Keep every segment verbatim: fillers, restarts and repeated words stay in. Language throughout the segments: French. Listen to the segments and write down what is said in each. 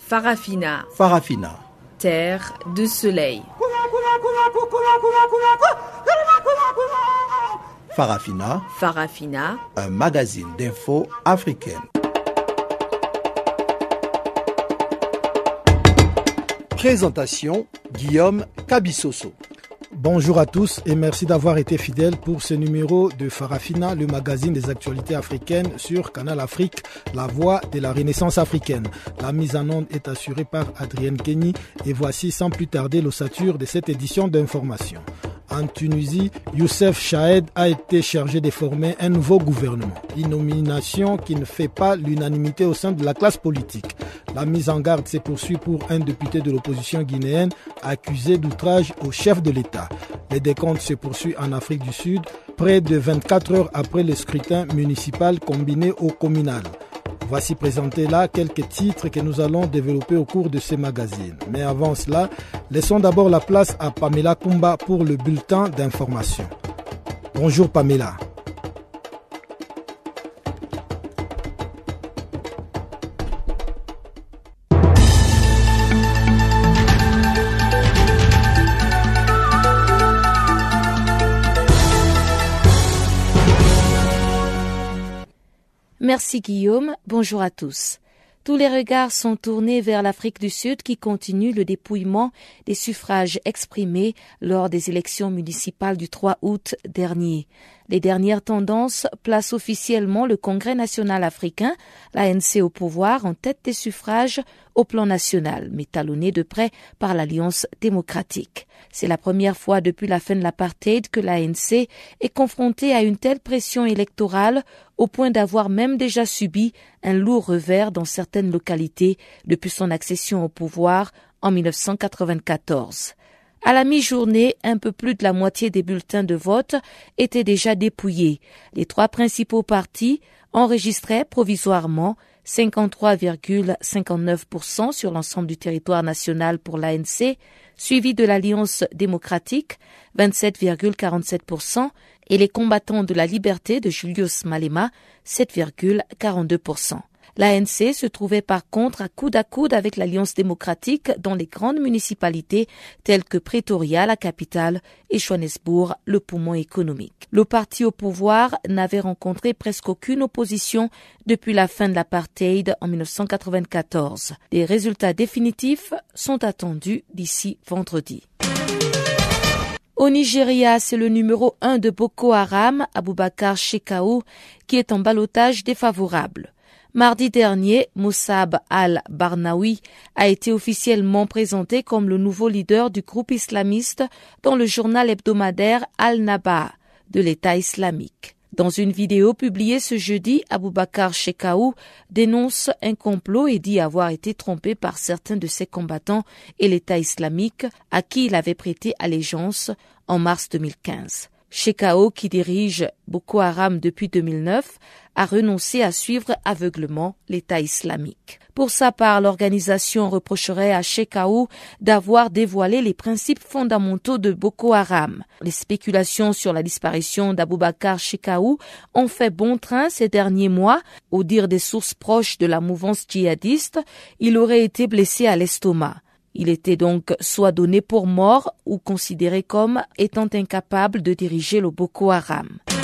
Farafina. Farafina. Terre de soleil. Farafina. Farafina. Un magazine d'infos africaine. Présentation Guillaume Kabissoso. Bonjour à tous et merci d'avoir été fidèles pour ce numéro de Farafina, le magazine des actualités africaines sur Canal Afrique, la voix de la Renaissance africaine. La mise en onde est assurée par Adrienne Kenny et voici sans plus tarder l'ossature de cette édition d'information. En Tunisie, Youssef Chahed a été chargé de former un nouveau gouvernement. Une nomination qui ne fait pas l'unanimité au sein de la classe politique. La mise en garde se poursuit pour un député de l'opposition guinéenne accusé d'outrage au chef de l'État. Le décompte se poursuit en Afrique du Sud, près de vingt-quatre heures après le scrutin municipal combiné au communal. Voici présentés là quelques titres que nous allons développer au cours de ce magazine. Mais avant cela, laissons d'abord la place à Pamela Kumba pour le bulletin d'information. Bonjour Pamela. Merci Guillaume, bonjour à tous. Tous les regards sont tournés vers l'Afrique du Sud qui continue le dépouillement des suffrages exprimés lors des élections municipales du trois août dernier. Les dernières tendances placent officiellement le Congrès national africain, l'A N C au pouvoir, en tête des suffrages au plan national, mais talonné de près par l'Alliance démocratique. C'est la première fois depuis la fin de l'apartheid que l'A N C est confrontée à une telle pression électorale au point d'avoir même déjà subi un lourd revers dans certaines localités depuis son accession au pouvoir en mille neuf cent quatre-vingt-quatorze. À la mi-journée, un peu plus de la moitié des bulletins de vote étaient déjà dépouillés. Les trois principaux partis enregistraient provisoirement cinquante-trois virgule cinquante-neuf pour cent sur l'ensemble du territoire national pour l'A N C, suivi de l'Alliance démocratique, vingt-sept virgule quarante-sept pour cent, et les combattants de la liberté de Julius Malema, sept virgule quarante-deux pour cent. L'A N C se trouvait par contre à coude à coude avec l'Alliance démocratique dans les grandes municipalités telles que Pretoria, la capitale, et Johannesburg, le poumon économique. Le parti au pouvoir n'avait rencontré presque aucune opposition depuis la fin de l'apartheid en mille neuf cent quatre-vingt-quatorze. Des résultats définitifs sont attendus d'ici vendredi. Au Nigeria, c'est le numéro un de Boko Haram, Abubakar Shekau, qui est en ballottage défavorable. Mardi dernier, Moussab al-Barnawi a été officiellement présenté comme le nouveau leader du groupe islamiste dans le journal hebdomadaire Al-Naba de l'État islamique. Dans une vidéo publiée ce jeudi, Abubakar Shekau dénonce un complot et dit avoir été trompé par certains de ses combattants et l'État islamique à qui il avait prêté allégeance en mars deux mille quinze. Shekau, qui dirige Boko Haram depuis deux mille neuf, a renoncé à suivre aveuglement l'État islamique. Pour sa part, l'organisation reprocherait à Shekau d'avoir dévoilé les principes fondamentaux de Boko Haram. Les spéculations sur la disparition d'Abubakar Shekau ont fait bon train ces derniers mois. Au dire des sources proches de la mouvance djihadiste, il aurait été blessé à l'estomac. Il était donc soit donné pour mort ou considéré comme étant incapable de diriger le Boko Haram.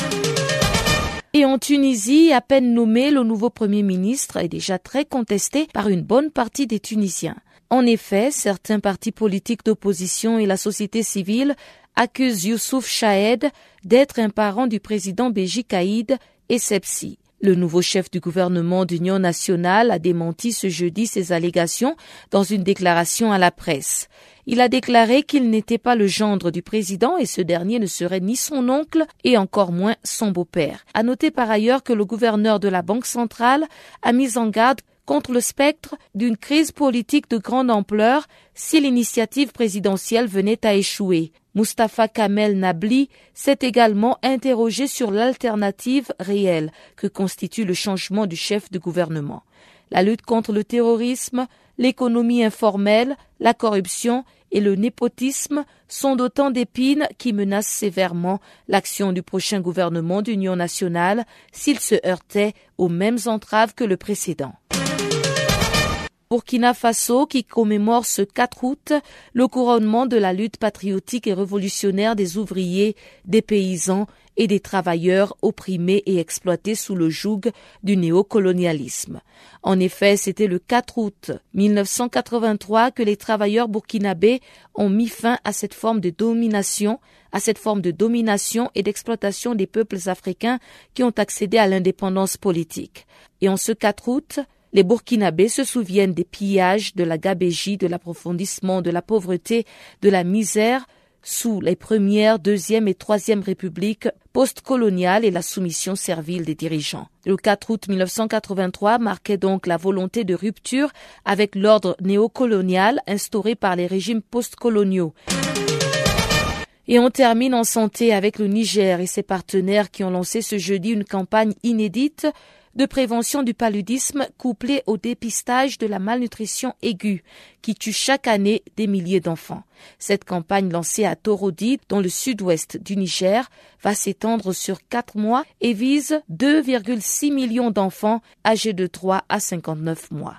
Et en Tunisie, à peine nommé, le nouveau Premier ministre est déjà très contesté par une bonne partie des Tunisiens. En effet, certains partis politiques d'opposition et la société civile accusent Youssouf Chahed d'être un parent du président Béji Caïd Essebsi. Le nouveau chef du gouvernement d'Union nationale a démenti ce jeudi ces allégations dans une déclaration à la presse. Il a déclaré qu'il n'était pas le gendre du président et ce dernier ne serait ni son oncle et encore moins son beau-père. À noter par ailleurs que le gouverneur de la Banque centrale a mis en garde contre le spectre d'une crise politique de grande ampleur si l'initiative présidentielle venait à échouer. Moustapha Kamel Nabli s'est également interrogé sur l'alternative réelle que constitue le changement du chef de gouvernement. La lutte contre le terrorisme, l'économie informelle, la corruption et le népotisme sont d'autant d'épines qui menacent sévèrement l'action du prochain gouvernement d'union nationale s'il se heurtait aux mêmes entraves que le précédent. Burkina Faso qui commémore ce quatre août le couronnement de la lutte patriotique et révolutionnaire des ouvriers, des paysans et des travailleurs opprimés et exploités sous le joug du néocolonialisme. En effet, c'était le quatre août mille neuf cent quatre-vingt-trois que les travailleurs burkinabés ont mis fin à cette forme de domination, à cette forme de domination et d'exploitation des peuples africains qui ont accédé à l'indépendance politique. Et en ce quatre août, les Burkinabés se souviennent des pillages, de la gabégie, de l'approfondissement de la pauvreté, de la misère sous les premières, deuxième et troisième républiques post-coloniales et la soumission servile des dirigeants. Le quatre août mille neuf cent quatre-vingt-trois marquait donc la volonté de rupture avec l'ordre néocolonial instauré par les régimes post-coloniaux. Et on termine en santé avec le Niger et ses partenaires qui ont lancé ce jeudi une campagne inédite de prévention du paludisme couplée au dépistage de la malnutrition aiguë qui tue chaque année des milliers d'enfants. Cette campagne lancée à Torodi, dans le sud-ouest du Niger, va s'étendre sur quatre mois et vise deux virgule six millions d'enfants âgés de trois à cinquante-neuf mois.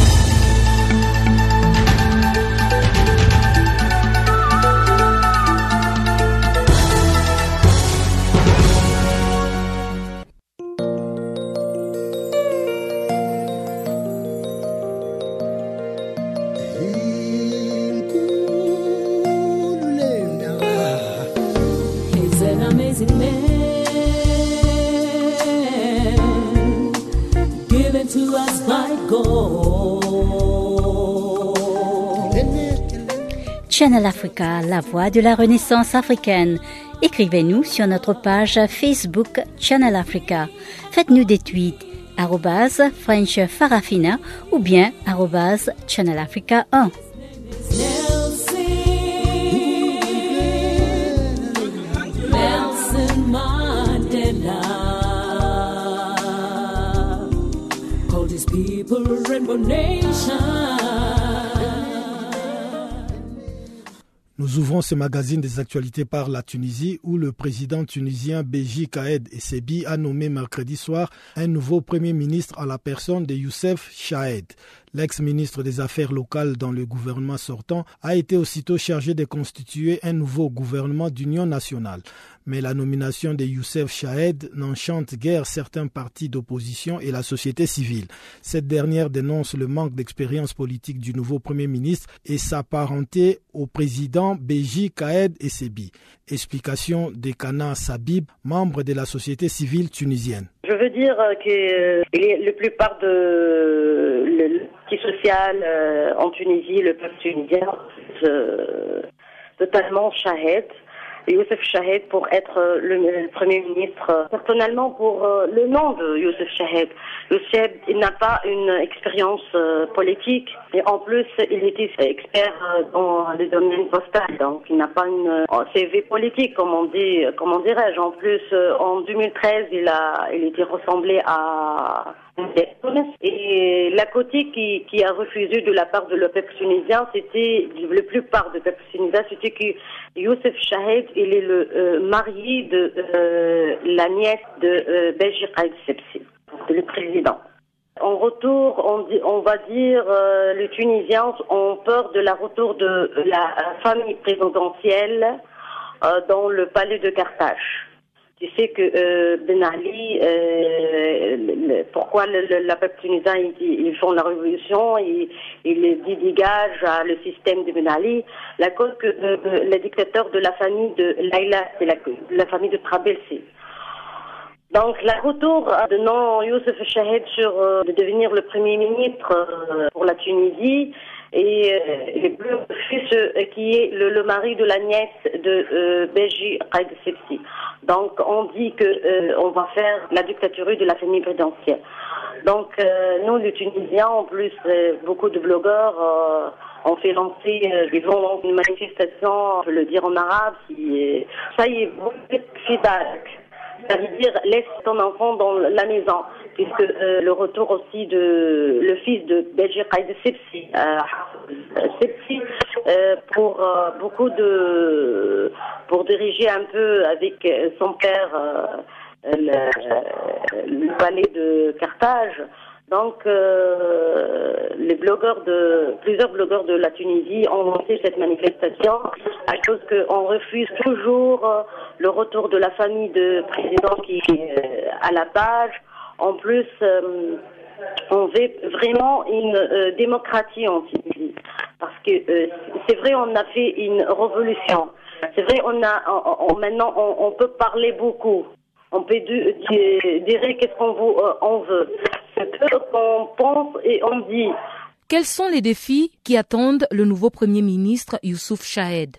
Channel Africa, la voix de la Renaissance africaine. Écrivez-nous sur notre page Facebook Channel Africa. Faites-nous des tweets arobase French Farafina ou bien arobase Channel Africa un. Nous ouvrons ce magazine des actualités par la Tunisie où le président tunisien Béji Caïd Essebsi a nommé mercredi soir un nouveau premier ministre à la personne de Youssef Chahed. L'ex-ministre des Affaires locales dans le gouvernement sortant a été aussitôt chargé de constituer un nouveau gouvernement d'union nationale. Mais la nomination de Youssef Chahed n'enchante guère certains partis d'opposition et la société civile. Cette dernière dénonce le manque d'expérience politique du nouveau Premier ministre et sa parenté au président Béji Caïd Essebsi. Explication de Kana Sabib, membre de la société civile tunisienne. Je veux dire que la plupart de le parti social euh, en Tunisie, le peuple tunisien, euh, totalement Chahed, Youssef Chahed pour être le, le Premier ministre. Personnellement, pour euh, le nom de Youssef Chahed, Youssef, il n'a pas une expérience euh, politique et en plus, il était expert euh, dans le domaine postal, donc il n'a pas une euh, C V politique, comme on dit, comment dirais-je. En plus, euh, en deux mille treize, il a, il était ressemblé à et la côté qui, qui a refusé de la part de le peuple tunisien, c'était, la plupart du peuple tunisien, c'était que Youssef Chahed, il est le euh, marié de euh, la nièce de euh, Béji Caïd Essebsi, le président. En retour, on, dit, on va dire, euh, les Tunisiens ont peur de la retour de la famille présidentielle euh, dans le palais de Carthage. Tu sais que euh, Ben Ali, euh, le, pourquoi le, le, la peuple tunisien, ils, ils font la révolution, ils, ils dégagent le système de Ben Ali, la cause que euh, le dictateur de la famille de Laila, c'est la, la famille de Trabelsi. Donc, le retour de non Youssef Chahed sur euh, de devenir le premier ministre euh, pour la Tunisie, et euh, le fils euh, qui est le, le mari de la nièce de euh, Béji Caïd Essebsi. Donc on dit que euh, on va faire la dictature de la famille présidentielle. Donc euh, nous les Tunisiens, en plus euh, beaucoup de blogueurs euh, ont fait lancer, euh, ils vont lancer une manifestation, on peut le dire en arabe, si, ça y est, vous êtes fidèles. Ça veut dire laisse ton enfant dans la maison, puisque euh, le retour aussi de le fils de Béji Caïd Essebsi, euh, Essebsi euh, pour euh, beaucoup de pour diriger un peu avec son père euh, le, le palais de Carthage. Donc, euh, les blogueurs de, plusieurs blogueurs de la Tunisie ont lancé cette manifestation à cause qu'on refuse toujours euh, le retour de la famille de président qui est euh, à la page. En plus, euh, on veut vraiment une euh, démocratie en Tunisie. Parce que euh, c'est vrai, on a fait une révolution. C'est vrai, on a, on, on, maintenant, on, on peut parler beaucoup. On peut dire, dire qu'est-ce qu'on veut, euh, on veut. C'est ce qu'on pense et on dit. Quels sont les défis qui attendent le nouveau Premier ministre Youssouf Chahed?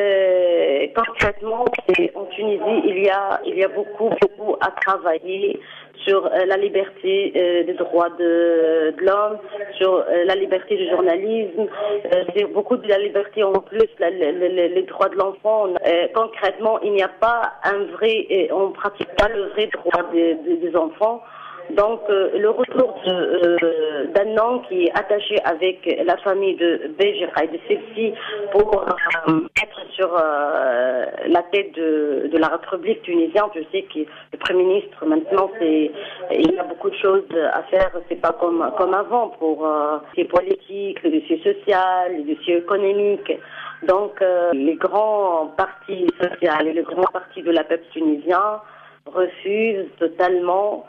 euh, Concrètement, en Tunisie, il y a, il y a beaucoup, beaucoup à travailler sur euh, la liberté euh, des droits de, de l'homme, sur euh, la liberté du journalisme, euh, c'est beaucoup de la liberté en plus, la, la, la, les droits de l'enfant. Euh, concrètement, il n'y a pas un vrai, et on ne pratique pas le vrai droit des, des, des enfants. Donc, euh, le retour de, euh, d'un homme qui est attaché avec la famille de Béjir et de celle-ci pour euh, être sur euh, la tête de, de la République tunisienne. Je sais que le Premier ministre, maintenant, c'est, il y a beaucoup de choses à faire. C'est pas comme, comme avant pour euh, les politiques, le dossier social, le dossier économique. Donc, euh, les grands partis sociaux et les grands partis de la peuple tunisien refusent totalement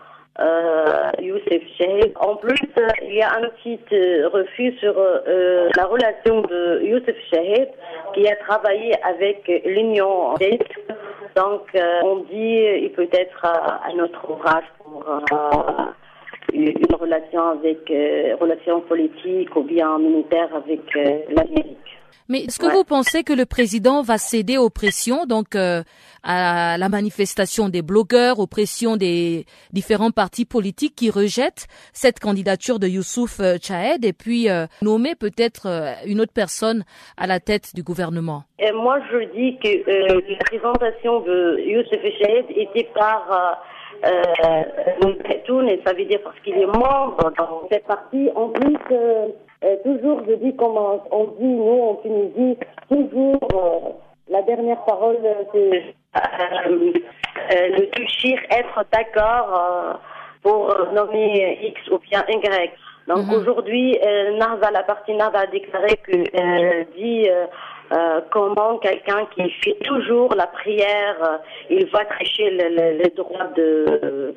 Euh, Youssef Chahed. En plus, euh, il y a un petit euh, refus sur euh, la relation de Youssef Chahed qui a travaillé avec l'Union européenne. Donc, euh, on dit il peut être à, à notre ouvrage pour euh, une relation avec euh, relation politique ou bien militaire avec euh, l'Amérique. Mais est-ce que ouais. vous pensez que le président va céder aux pressions, donc euh, à la manifestation des blogueurs, aux pressions des différents partis politiques qui rejettent cette candidature de Youssouf Chahed et puis euh, nommer peut-être euh, une autre personne à la tête du gouvernement? Et moi, je dis que euh, la présentation de Youssef Chahed était par euh, euh, et ça veut dire parce qu'il est membre dans cette partie. En plus, euh, euh, toujours, je dis comme on dit, nous, en Tunisie, toujours, euh, la dernière parole, c'est euh, euh, le touchir, être d'accord euh, pour nommer X ou bien Y. Donc mm-hmm. aujourd'hui, euh, Nahda, la partie Nahda a déclaré que euh, dit euh, euh, comment quelqu'un qui fait toujours la prière, euh, il va tricher le, le, les droits de,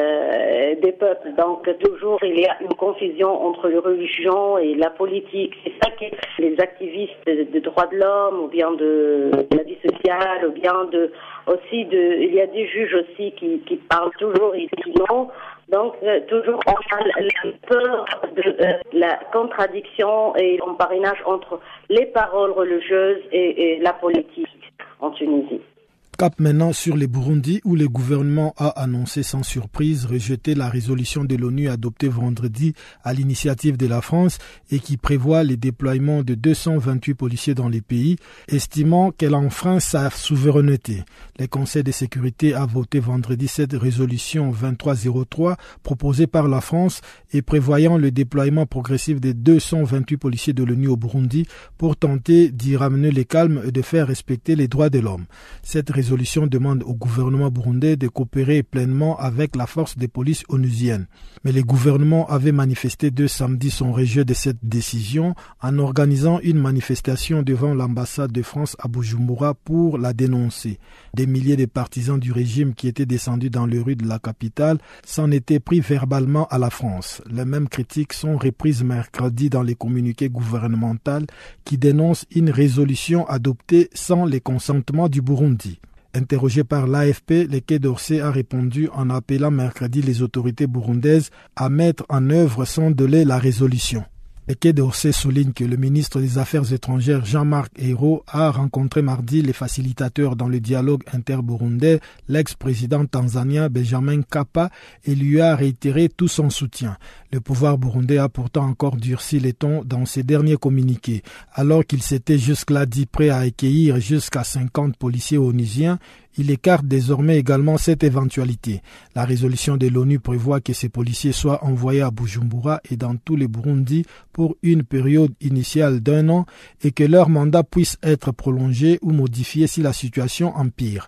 euh, des peuples. Donc toujours il y a une confusion entre les religions et la politique. C'est ça que les activistes de, de droits de l'homme ou bien de, de la vie sociale ou bien de aussi de, il y a des juges aussi qui, qui parlent toujours et qui non. Donc, euh, toujours, on a la peur de euh, la contradiction et le parrainage entre les paroles religieuses et, et la politique en Tunisie. Cap maintenant sur le Burundi où le gouvernement a annoncé sans surprise rejeter la résolution de l'ONU adoptée vendredi à l'initiative de la France et qui prévoit le déploiement de deux cent vingt-huit policiers dans le pays, estimant qu'elle enfreint sa souveraineté. Le Conseil de sécurité a voté vendredi cette résolution vingt-trois zéro trois proposée par la France et prévoyant le déploiement progressif des deux cent vingt-huit policiers de l'ONU au Burundi pour tenter d'y ramener le calme et de faire respecter les droits de l'homme. Cette résolution résolution demande au gouvernement burundais de coopérer pleinement avec la force de police onusienne. Mais le gouvernement avait manifesté deux samedis son rejet de cette décision en organisant une manifestation devant l'ambassade de France à Bujumbura pour la dénoncer. Des milliers de partisans du régime qui étaient descendus dans les rues de la capitale s'en étaient pris verbalement à la France. Les mêmes critiques sont reprises mercredi dans les communiqués gouvernementaux qui dénoncent une résolution adoptée sans le consentement du Burundi. Interrogé par l'A F P, le Quai d'Orsay a répondu en appelant mercredi les autorités burundaises à mettre en œuvre sans délai la résolution. Le Quai d'Orsay souligne que le ministre des Affaires étrangères Jean-Marc Ayrault a rencontré mardi les facilitateurs dans le dialogue inter-burundais, l'ex-président tanzanien Benjamin Mkapa, et lui a réitéré tout son soutien. Le pouvoir burundais a pourtant encore durci les tons dans ses derniers communiqués. Alors qu'il s'était jusque-là dit prêt à accueillir jusqu'à cinquante policiers onusiens, il écarte désormais également cette éventualité. La résolution de l'ONU prévoit que ces policiers soient envoyés à Bujumbura et dans tous les Burundi pour une période initiale d'un an et que leur mandat puisse être prolongé ou modifié si la situation empire.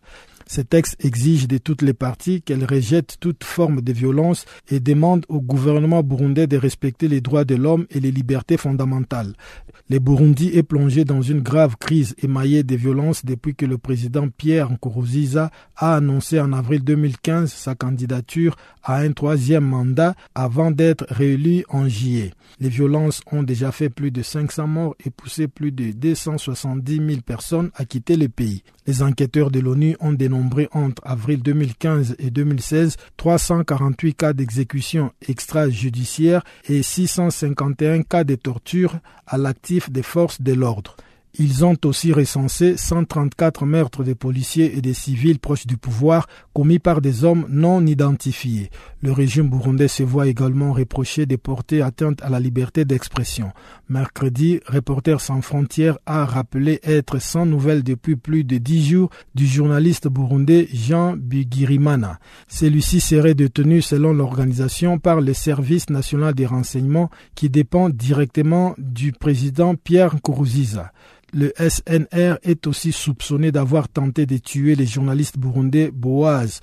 Ces textes exigent de toutes les parties qu'elles rejettent toute forme de violence et demandent au gouvernement burundais de respecter les droits de l'homme et les libertés fondamentales. Le Burundi est plongé dans une grave crise émaillée de violences depuis que le président Pierre Nkurunziza a annoncé en avril deux mille quinze sa candidature à un troisième mandat avant d'être réélu en juillet. Les violences ont déjà fait plus de cinq cents morts et poussé plus de deux cent soixante-dix mille personnes à quitter le pays. Les enquêteurs de l'ONU ont dénombré entre avril deux mille quinze et deux mille seize trois cent quarante-huit cas d'exécution extrajudiciaire et six cent cinquante et un cas de torture à l'actif des forces de l'ordre. Ils ont aussi recensé cent trente-quatre meurtres de policiers et de civils proches du pouvoir commis par des hommes non identifiés. Le régime burundais se voit également reprocher de porter atteinte à la liberté d'expression. Mercredi, Reporters sans frontières a rappelé être sans nouvelles depuis plus de dix jours du journaliste burundais Jean Bigirimana. Celui-ci serait détenu selon l'organisation par le Service national des renseignements qui dépend directement du président Pierre Nkurunziza. Le S N R est aussi soupçonné d'avoir tenté de tuer les journalistes burundais Boaz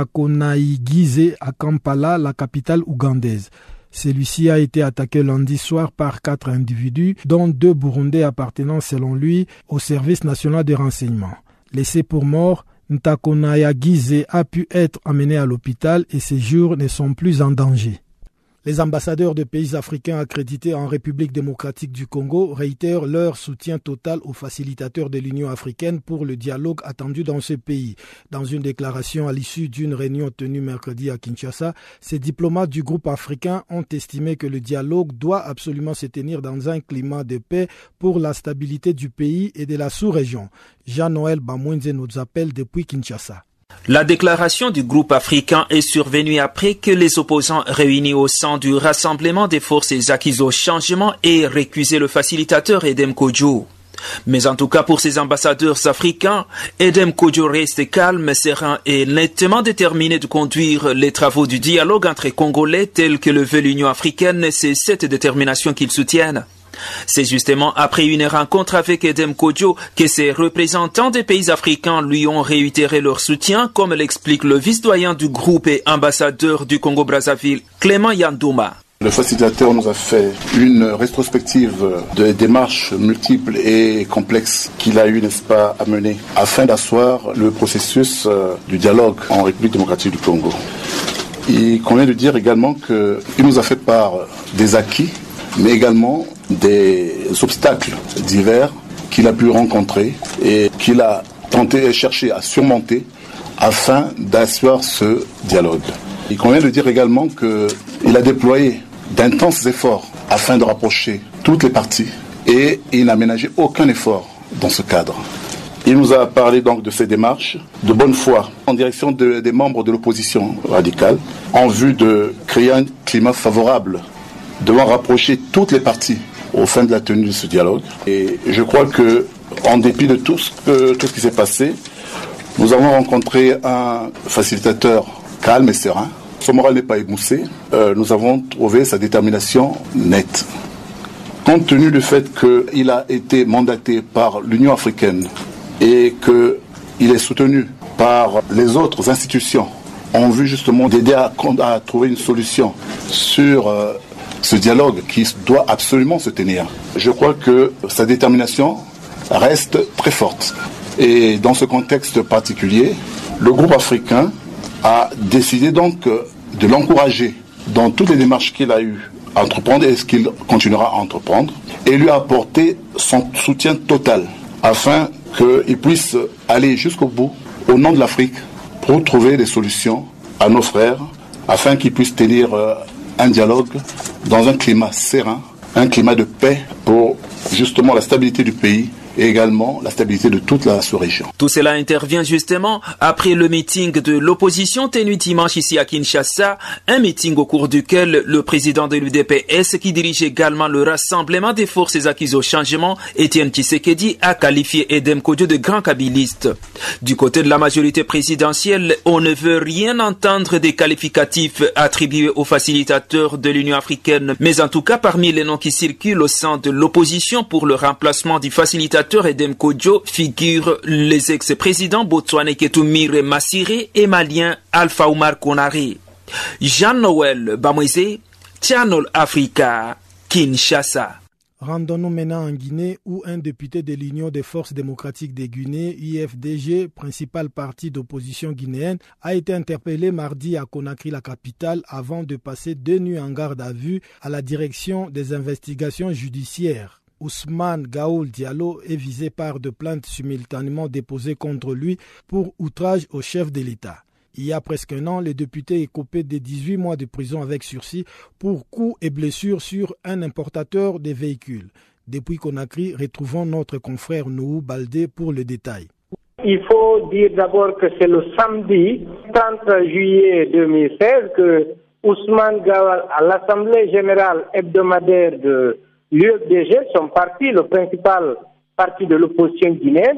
Ntakonaigize à Kampala, la capitale ougandaise. Celui-ci a été attaqué lundi soir par quatre individus, dont deux Burundais appartenant selon lui au Service national de renseignement. Laissé pour mort, Ntakonaigize a pu être amené à l'hôpital et ses jours ne sont plus en danger. Les ambassadeurs de pays africains accrédités en République démocratique du Congo réitèrent leur soutien total aux facilitateurs de l'Union africaine pour le dialogue attendu dans ce pays. Dans une déclaration à l'issue d'une réunion tenue mercredi à Kinshasa, ces diplomates du groupe africain ont estimé que le dialogue doit absolument se tenir dans un climat de paix pour la stabilité du pays et de la sous-région. Jean-Noël Bamwenze nous appelle depuis Kinshasa. La déclaration du groupe africain est survenue après que les opposants réunis au sein du Rassemblement des forces acquises au changement aient récusé le facilitateur Edem Kodjo. Mais en tout cas pour ces ambassadeurs africains, Edem Kodjo reste calme, serein et nettement déterminé de conduire les travaux du dialogue entre Congolais tels que le veut l'Union africaine. C'est cette détermination qu'ils soutiennent. C'est justement après une rencontre avec Edem Kodjo que ces représentants des pays africains lui ont réitéré leur soutien, comme l'explique le vice-doyen du groupe et ambassadeur du Congo-Brazzaville, Clément Yandouma. Le facilitateur nous a fait une rétrospective de démarches multiples et complexes qu'il a eu, n'est-ce pas, à mener afin d'asseoir le processus du dialogue en République démocratique du Congo. Il convient de dire également qu'il nous a fait part des acquis, mais également des obstacles divers qu'il a pu rencontrer et qu'il a tenté et cherché à surmonter afin d'asseoir ce dialogue. Il convient de dire également qu'il a déployé d'intenses efforts afin de rapprocher toutes les parties et il n'a ménagé aucun effort dans ce cadre. Il nous a parlé donc de ces démarches de bonne foi en direction de, des membres de l'opposition radicale en vue de créer un climat favorable devant rapprocher toutes les parties au fin de la tenue de ce dialogue. Et je crois que, en dépit de tout ce, que, tout ce qui s'est passé, nous avons rencontré un facilitateur calme et serein. Son moral n'est pas émoussé. Euh, nous avons trouvé sa détermination nette. Compte tenu du fait qu'il a été mandaté par l'Union africaine et qu'il est soutenu par les autres institutions en vue justement d'aider à, à trouver une solution sur euh, ce dialogue qui doit absolument se tenir. Je crois que sa détermination reste très forte. Et dans ce contexte particulier, le groupe africain a décidé donc de l'encourager dans toutes les démarches qu'il a eu à entreprendre et ce qu'il continuera à entreprendre, et lui apporter son soutien total afin qu'il puisse aller jusqu'au bout au nom de l'Afrique pour trouver des solutions à nos frères afin qu'ils puissent tenir un dialogue dans un climat serein, un climat de paix pour justement la stabilité du pays et également la stabilité de toute la sous-région. Tout cela intervient justement après le meeting de l'opposition tenu dimanche ici à Kinshasa, un meeting au cours duquel le président de l'U D P S, qui dirige également le Rassemblement des forces acquises au changement, Étienne Tshisekedi, a qualifié Edem Kodjo de grand kabiliste. Du côté de la majorité présidentielle, on ne veut rien entendre des qualificatifs attribués aux facilitateurs de l'Union africaine, mais en tout cas parmi les noms qui circulent au sein de l'opposition pour le remplacement du facilitateur facilitateur Edem Kodjo figurent les ex-présidents botswanais Ketumire Massiré et malien Alpha Oumar Konaré. Jean-Noël Bamoisé, Channel Africa, Kinshasa. Rendons-nous maintenant en Guinée où un député de l'Union des forces démocratiques des Guinée, U F D G, principal parti d'opposition guinéenne, a été interpellé mardi à Conakry, la capitale, avant de passer deux nuits en garde à vue à la direction des investigations judiciaires. Ousmane Gaoul Diallo est visé par deux plaintes simultanément déposées contre lui pour outrage au chef de l'État. Il y a presque un an, le député est coupé de dix-huit mois de prison avec sursis pour coups et blessures sur un importateur de véhicules. Depuis Conakry, retrouvons notre confrère Nouhou Baldé pour le détail. Il faut dire d'abord que c'est le samedi trente juillet deux mille seize que Ousmane Gawal, à l'Assemblée générale hebdomadaire de l'U F D G, son parti, le principal parti de l'opposition guinéenne,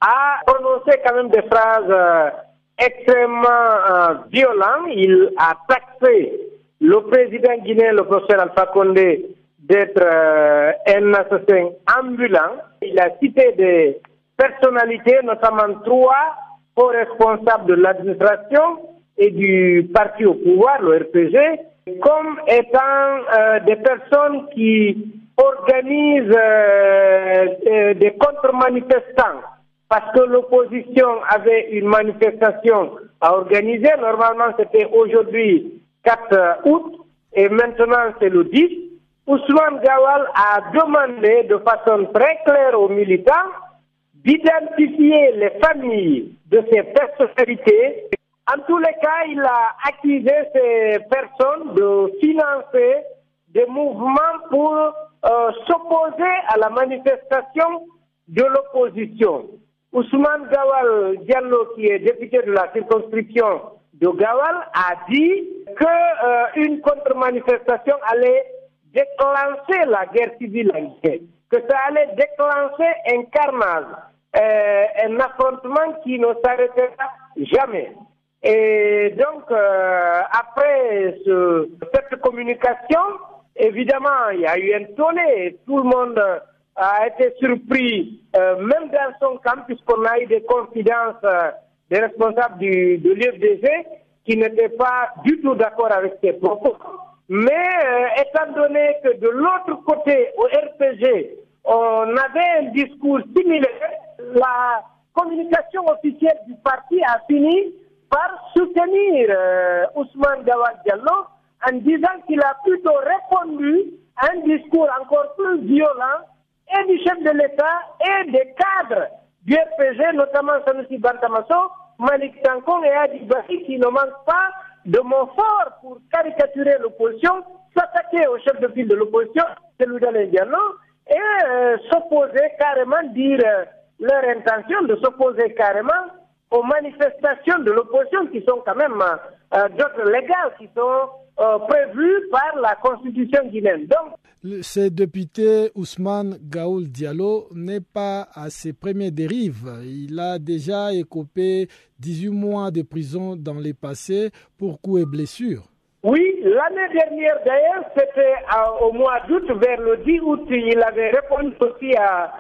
a prononcé quand même des phrases euh, extrêmement euh, violentes. Il a taxé le président guinéen, le professeur Alpha Condé, d'être euh, un assassin ambulant. Il a cité des personnalités, notamment trois co-responsables de l'administration et du parti au pouvoir, le R P G, comme étant euh, des personnes qui organisent euh, euh, des contre-manifestants. Parce que l'opposition avait une manifestation à organiser. Normalement, c'était aujourd'hui quatre août et maintenant c'est le dix. Ousmane Gawal a demandé de façon très claire aux militants d'identifier les familles de ces personnalités. En tous les cas, il a accusé ces personnes de financer des mouvements pour euh, s'opposer à la manifestation de l'opposition. Ousmane Gawal Diallo, qui est député de la circonscription de Gawal, a dit qu'une euh, contre-manifestation allait déclencher la guerre civile en Guinée, que ça allait déclencher un carnage, euh, un affrontement qui ne s'arrêtera jamais. Et donc, euh, après ce, cette communication, évidemment, il y a eu un tollé, tout le monde a été surpris, euh, même dans son camp, puisqu'on a eu des confidences euh, des responsables du, de l'U F D G qui n'étaient pas du tout d'accord avec ces propos. Mais euh, étant donné que de l'autre côté, au R P G, on avait un discours similaire, la communication officielle du parti a fini par soutenir euh, Ousmane Gawal Diallo en disant qu'il a plutôt répondu à un discours encore plus violent et du chef de l'État et des cadres du R P G, notamment Sanusi Bantamasso, Malik Tankong et Adi Bari, qui ne manquent pas de mots forts pour caricaturer l'opposition, s'attaquer au chef de file de l'opposition, celui d'Alain Diallo, et euh, s'opposer carrément, dire euh, leur intention de s'opposer carrément aux manifestations de l'opposition qui sont quand même euh, d'autres légales, qui sont euh, prévues par la constitution guinéenne. Donc, ce député Ousmane Gaoul Diallo n'est pas à ses premières dérives. Il a déjà écopé dix-huit mois de prison dans les passés pour coups et blessures. Oui, l'année dernière d'ailleurs, c'était euh, au mois d'août, vers le dix août, il avait répondu aussi à,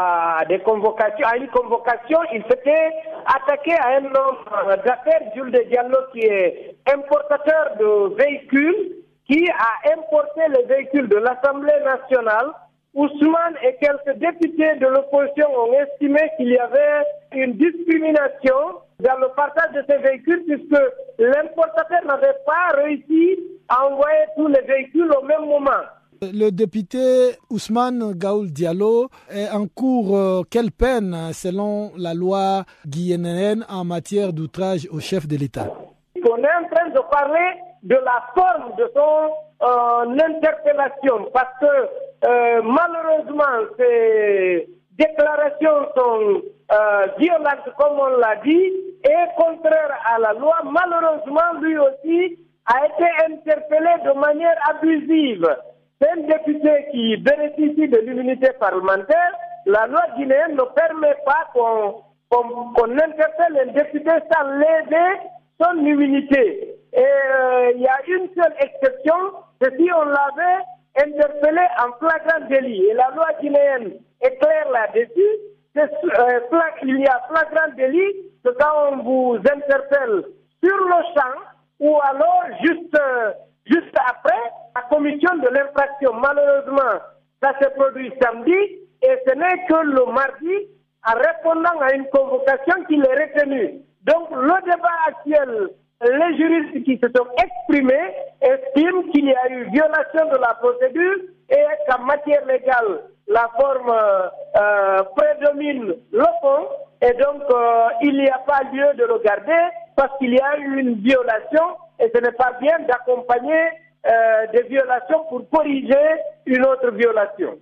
à des convocations, à une convocation. Il s'était attaqué à un homme d'affaires, Jules de Diallo, qui est importateur de véhicules, qui a importé les véhicules de l'Assemblée nationale. Ousmane et quelques députés de l'opposition ont estimé qu'il y avait une discrimination dans le partage de ces véhicules puisque l'importateur n'avait pas réussi à envoyer tous les véhicules au même moment. Le député Ousmane Gaoul Diallo est en cours euh, quelle peine selon la loi guinéenne en matière d'outrage au chef de l'État? On est en train de parler de la forme de son euh, interpellation parce que euh, malheureusement ces déclarations sont euh, violentes comme on l'a dit et contraires à la loi. Malheureusement lui aussi a été interpellé de manière abusive. C'est un député qui bénéficie de l'immunité parlementaire. La loi guinéenne ne permet pas qu'on, qu'on, qu'on interpelle un député sans lever son immunité. Et euh, il y a une seule exception, c'est si on l'avait interpellé en flagrant délit. Et la loi guinéenne est claire là-dessus. c'est, euh, il y a flagrant délit que quand on vous interpelle sur le champ ou alors juste, euh, juste après la commission de l'infraction. Malheureusement, ça s'est produit samedi et ce n'est que le mardi en répondant à une convocation qu'il est retenu. Donc le débat actuel, les juristes qui se sont exprimés estiment qu'il y a eu violation de la procédure et qu'en matière légale, la forme euh, prédomine le fond et donc euh, il n'y a pas lieu de le garder parce qu'il y a eu une violation et ce n'est pas bien d'accompagner euh, des violations pour corriger une autre violation.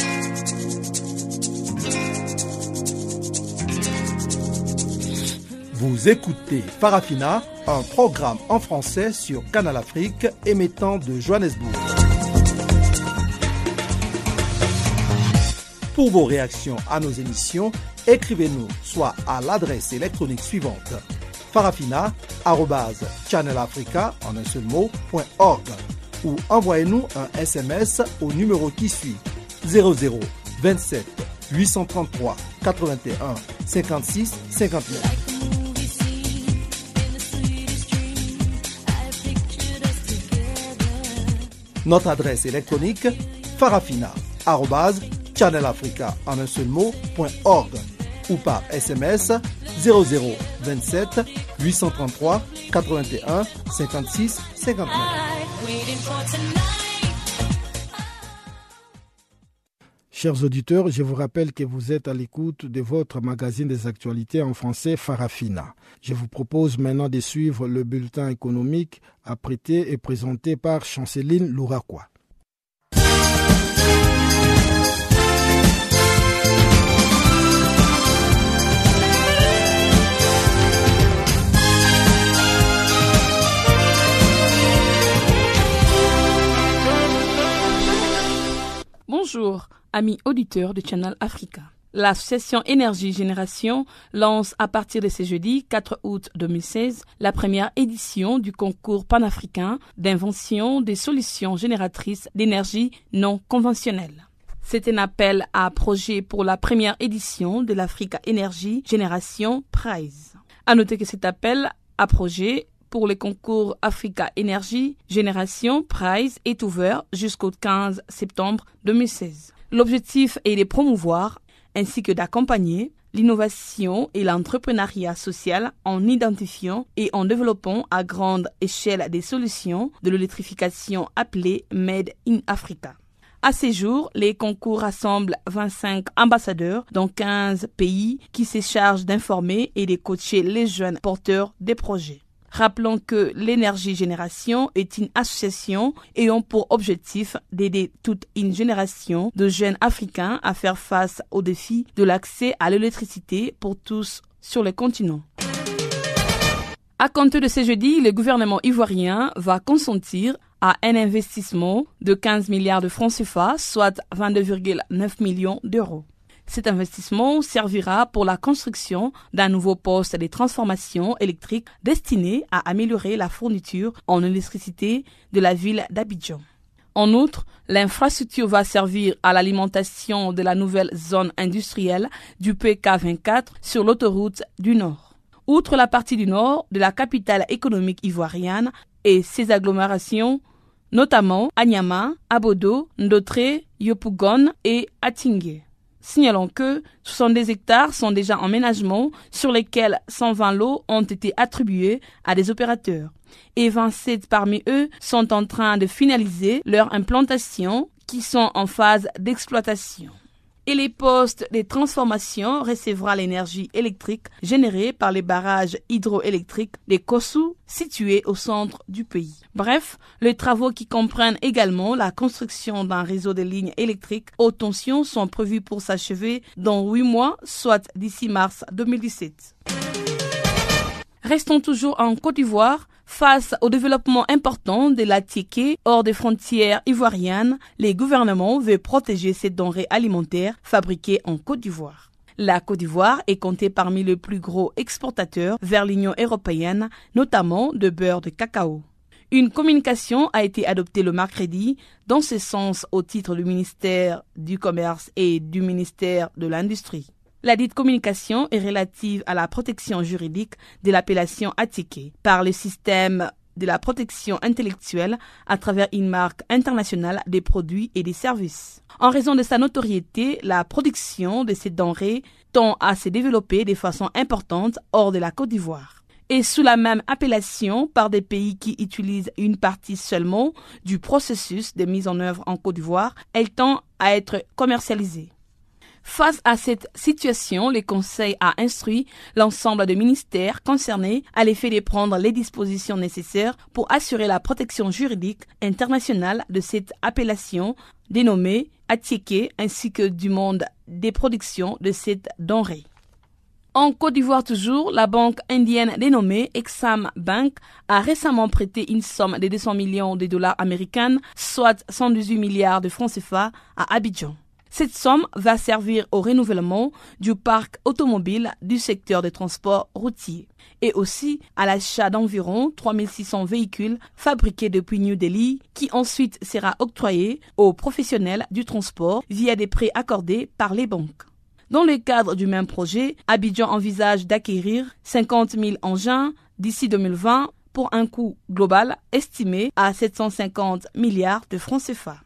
Vous écoutez Farafina, un programme en français sur Canal Afrique émettant de Johannesburg. Pour vos réactions à nos émissions, écrivez-nous soit à l'adresse électronique suivante farafina arobase channel africa en un seul mot point org ou envoyez-nous un S M S au numéro qui suit zéro zéro vingt-sept huit cent trente-trois quatre-vingt-un cinquante-six cinquante-neuf. Notre adresse électronique farafina arobase channel africa en un seul mot point org ou par S M S zéro zéro vingt-sept huit cent trente-trois quatre-vingt-un cinquante-six cinquante-neuf. Chers auditeurs, je vous rappelle que vous êtes à l'écoute de votre magazine des actualités en français Farafina. Je vous propose maintenant de suivre le bulletin économique apprêté et présenté par Chanceline Louraquois. Bonjour, amis auditeurs de Channel Africa. L'association Énergie Génération lance à partir de ce jeudi quatre août deux mille seize la première édition du concours panafricain d'invention des solutions génératrices d'énergie non conventionnelle. C'est un appel à projet pour la première édition de l'Africa Énergie Génération Prize. À noter que cet appel à projet pour le concours Africa Énergie Génération Prize est ouvert jusqu'au quinze septembre deux mille seize. L'objectif est de promouvoir ainsi que d'accompagner l'innovation et l'entrepreneuriat social en identifiant et en développant à grande échelle des solutions de l'électrification appelées Made in Africa. À ce jour, les concours rassemblent vingt-cinq ambassadeurs dans quinze pays qui se chargent d'informer et de coacher les jeunes porteurs des projets. Rappelons que l'Énergie Génération est une association ayant pour objectif d'aider toute une génération de jeunes africains à faire face aux défis de l'accès à l'électricité pour tous sur le continent. À compter de ce jeudi, le gouvernement ivoirien va consentir à un investissement de quinze milliards de francs C F A, soit vingt-deux virgule neuf millions d'euros. Cet investissement servira pour la construction d'un nouveau poste de transformation électrique destiné à améliorer la fourniture en électricité de la ville d'Abidjan. En outre, l'infrastructure va servir à l'alimentation de la nouvelle zone industrielle du P K vingt-quatre sur l'autoroute du Nord. Outre la partie du nord de la capitale économique ivoirienne et ses agglomérations, notamment Anyama, Abodo, Ndotré, Yopougon et Atingué. Signalons que soixante-deux hectares sont déjà en ménagement sur lesquels cent vingt lots ont été attribués à des opérateurs et vingt-sept parmi eux sont en train de finaliser leur implantation qui sont en phase d'exploitation. Et les postes de transformation recevra l'énergie électrique générée par les barrages hydroélectriques des Kossou situés au centre du pays. Bref, les travaux qui comprennent également la construction d'un réseau de lignes électriques haute tension sont prévus pour s'achever dans huit mois, soit d'ici mars deux mille dix-sept. Restons toujours en Côte d'Ivoire. Face au développement important de la ticket hors des frontières ivoiriennes, les gouvernements veulent protéger ces denrées alimentaires fabriquées en Côte d'Ivoire. La Côte d'Ivoire est comptée parmi les plus gros exportateurs vers l'Union européenne, notamment de beurre de cacao. Une communication a été adoptée le mercredi dans ce sens au titre du ministère du Commerce et du ministère de l'Industrie. La dite communication est relative à la protection juridique de l'appellation Attiqué par le système de la protection intellectuelle à travers une marque internationale des produits et des services. En raison de sa notoriété, la production de ces denrées tend à se développer de façon importante hors de la Côte d'Ivoire. Et sous la même appellation par des pays qui utilisent une partie seulement du processus de mise en œuvre en Côte d'Ivoire, elle tend à être commercialisée. Face à cette situation, le Conseil a instruit l'ensemble des ministères concernés à l'effet de prendre les dispositions nécessaires pour assurer la protection juridique internationale de cette appellation dénommée Attiqué ainsi que du monde des productions de cette denrée. En Côte d'Ivoire toujours, la banque indienne dénommée Exim Bank a récemment prêté une somme de deux cents millions de dollars américains, soit cent dix-huit milliards de francs C F A, à Abidjan. Cette somme va servir au renouvellement du parc automobile du secteur des transports routiers et aussi à l'achat d'environ trois mille six cents véhicules fabriqués depuis New Delhi qui ensuite sera octroyé aux professionnels du transport via des prêts accordés par les banques. Dans le cadre du même projet, Abidjan envisage d'acquérir cinquante mille engins d'ici deux mille vingt pour un coût global estimé à sept cent cinquante milliards de francs C F A.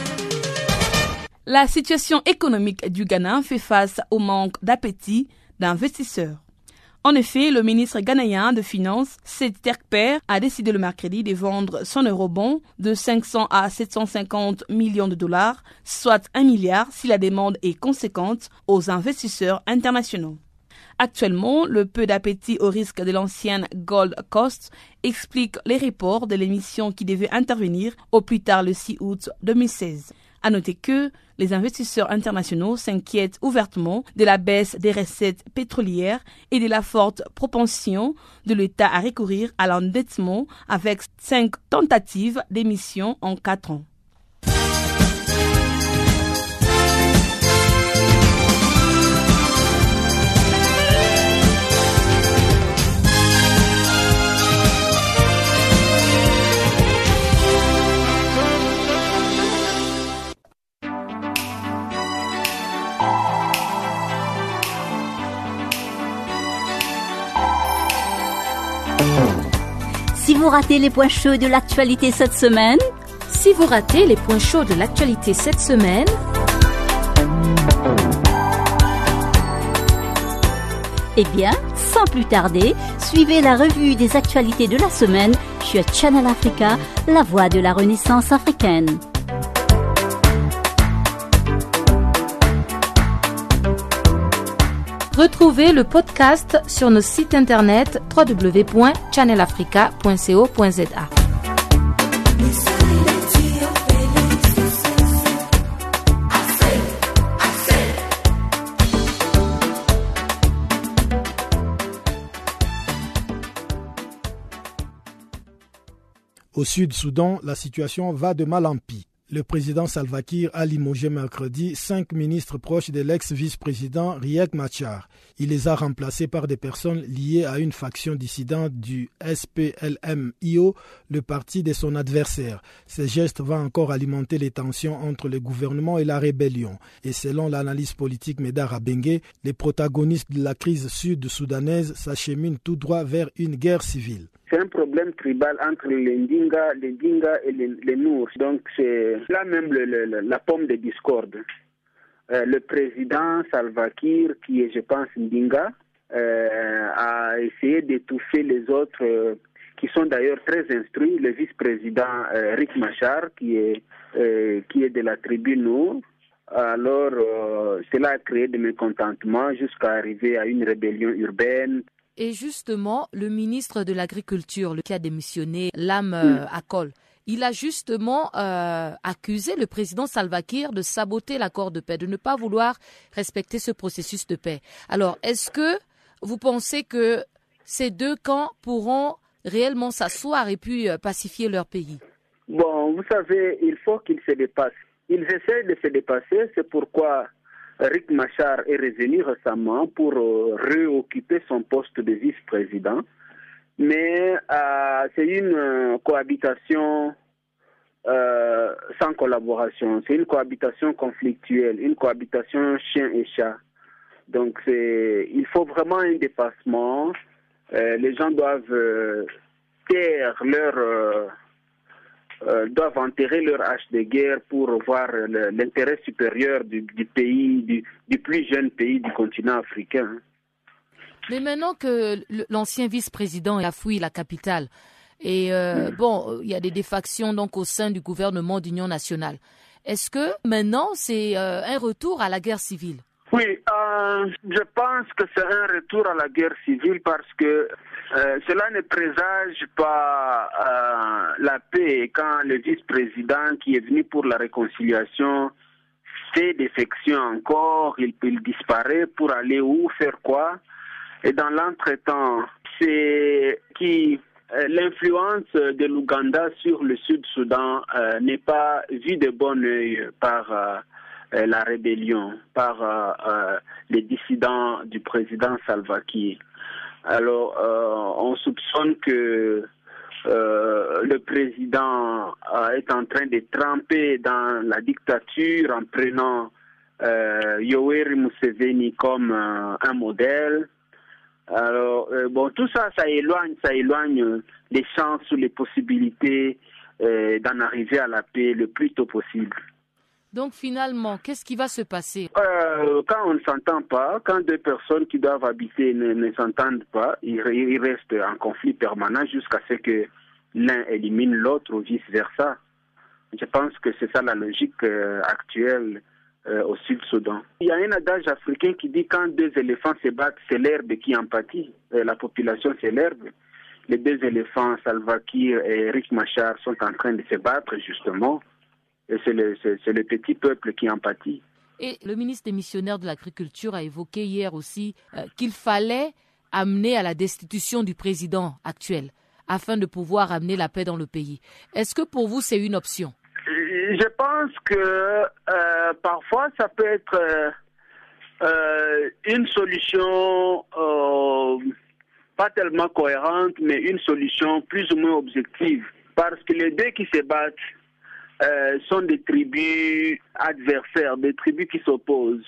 La situation économique du Ghana fait face au manque d'appétit d'investisseurs. En effet, le ministre ghanéen de Finances, Seth Terkper, a décidé le mercredi de vendre son eurobond de cinq cents à sept cent cinquante millions de dollars, soit un milliard si la demande est conséquente aux investisseurs internationaux. Actuellement, le peu d'appétit au risque de l'ancienne Gold Coast explique les reports de l'émission qui devait intervenir au plus tard le six août deux mille seize. À noter que les investisseurs internationaux s'inquiètent ouvertement de la baisse des recettes pétrolières et de la forte propension de l'État à recourir à l'endettement avec cinq tentatives d'émission en quatre ans. Si vous ratez les points chauds de l'actualité cette semaine, Si vous ratez les points chauds de l'actualité cette semaine, eh bien, sans plus tarder, suivez la revue des actualités de la semaine sur Channel Africa, la voix de la Renaissance africaine. retrouvez le podcast sur nos sites internet w w w point channel africa point co point z a. Au Sud-Soudan, la situation va de mal en pis. Le président Salva Kiir a limogé mercredi cinq ministres proches de l'ex-vice-président Riek Machar. Il les a remplacés par des personnes liées à une faction dissidente du S P L M I O, le parti de son adversaire. Ce geste va encore alimenter les tensions entre le gouvernement et la rébellion. Et selon l'analyse politique Médard Abengue, les protagonistes de la crise sud-soudanaise s'acheminent tout droit vers une guerre civile. C'est un problème tribal entre les Ndinga, les Dinga et les, les Nours. Donc c'est là même le, le, la pomme de discorde. Euh, le président Salva Kiir, qui est je pense Ndinga, euh, a essayé d'étouffer les autres euh, qui sont d'ailleurs très instruits. Le vice-président euh, Riek Machar, qui est, euh, qui est de la tribu Nour. Alors euh, cela a créé des mécontentements jusqu'à arriver à une rébellion urbaine. Et justement, le ministre de l'Agriculture, qui a démissionné, Lam euh, Akol, il a justement euh, accusé le président Salva Kiir de saboter l'accord de paix, de ne pas vouloir respecter ce processus de paix. Alors, est-ce que vous pensez que ces deux camps pourront réellement s'asseoir et puis euh, pacifier leur pays? Bon, vous savez, il faut qu'ils se dépassent. Ils essaient de se dépasser, c'est pourquoi Riek Machar est revenu récemment pour euh, réoccuper son poste de vice-président. Mais euh, c'est une euh, cohabitation euh, sans collaboration. C'est une cohabitation conflictuelle, une cohabitation chien et chat. Donc c'est, il faut vraiment un dépassement. Euh, les gens doivent euh, taire leur, euh, euh, doivent enterrer leur hache de guerre pour voir le, l'intérêt supérieur du, du pays, du, du plus jeune pays du continent africain. Mais maintenant que l'ancien vice-président a fui la capitale, et euh, mmh. bon, il y a des défactions donc au sein du gouvernement d'union nationale. Est-ce que maintenant c'est euh, un retour à la guerre civile? Oui, euh, je pense que c'est un retour à la guerre civile parce que euh, cela ne présage pas euh, la paix quand le vice-président qui est venu pour la réconciliation fait défection encore, il, il disparaît pour aller où, faire quoi? Et dans l'entretemps, c'est qui euh, l'influence de l'Ouganda sur le Sud-Soudan euh, n'est pas vue de bon œil par euh, euh, la rébellion, par euh, euh, les dissidents du président Salva Kiir. Alors, euh, on soupçonne que euh, le président euh, est en train de tremper dans la dictature en prenant euh, Yoweri Museveni comme euh, un modèle. Alors, euh, bon, tout ça, ça éloigne, ça éloigne les chances ou les possibilités euh, d'en arriver à la paix le plus tôt possible. Donc, finalement, qu'est-ce qui va se passer? euh, Quand on ne s'entend pas, quand deux personnes qui doivent habiter ne, ne s'entendent pas, ils, ils restent en conflit permanent jusqu'à ce que l'un élimine l'autre ou vice-versa. Je pense que c'est ça la logique euh, actuelle Euh, au Sud-Soudan. Il y a un adage africain qui dit quand deux éléphants se battent, c'est l'herbe qui en pâtit. Euh, la population, c'est l'herbe. Les deux éléphants, Salva Kiir et Riek Machar, sont en train de se battre, justement. Et c'est le, c'est, c'est le petit peuple qui en pâtit. Et le ministre démissionnaire de l'Agriculture a évoqué hier aussi euh, qu'il fallait amener à la destitution du président actuel afin de pouvoir amener la paix dans le pays. Est-ce que pour vous, c'est une option? Je pense que euh, parfois ça peut être euh, euh, une solution euh, pas tellement cohérente, mais une solution plus ou moins objective. Parce que les deux qui se battent euh, sont des tribus adversaires, des tribus qui s'opposent.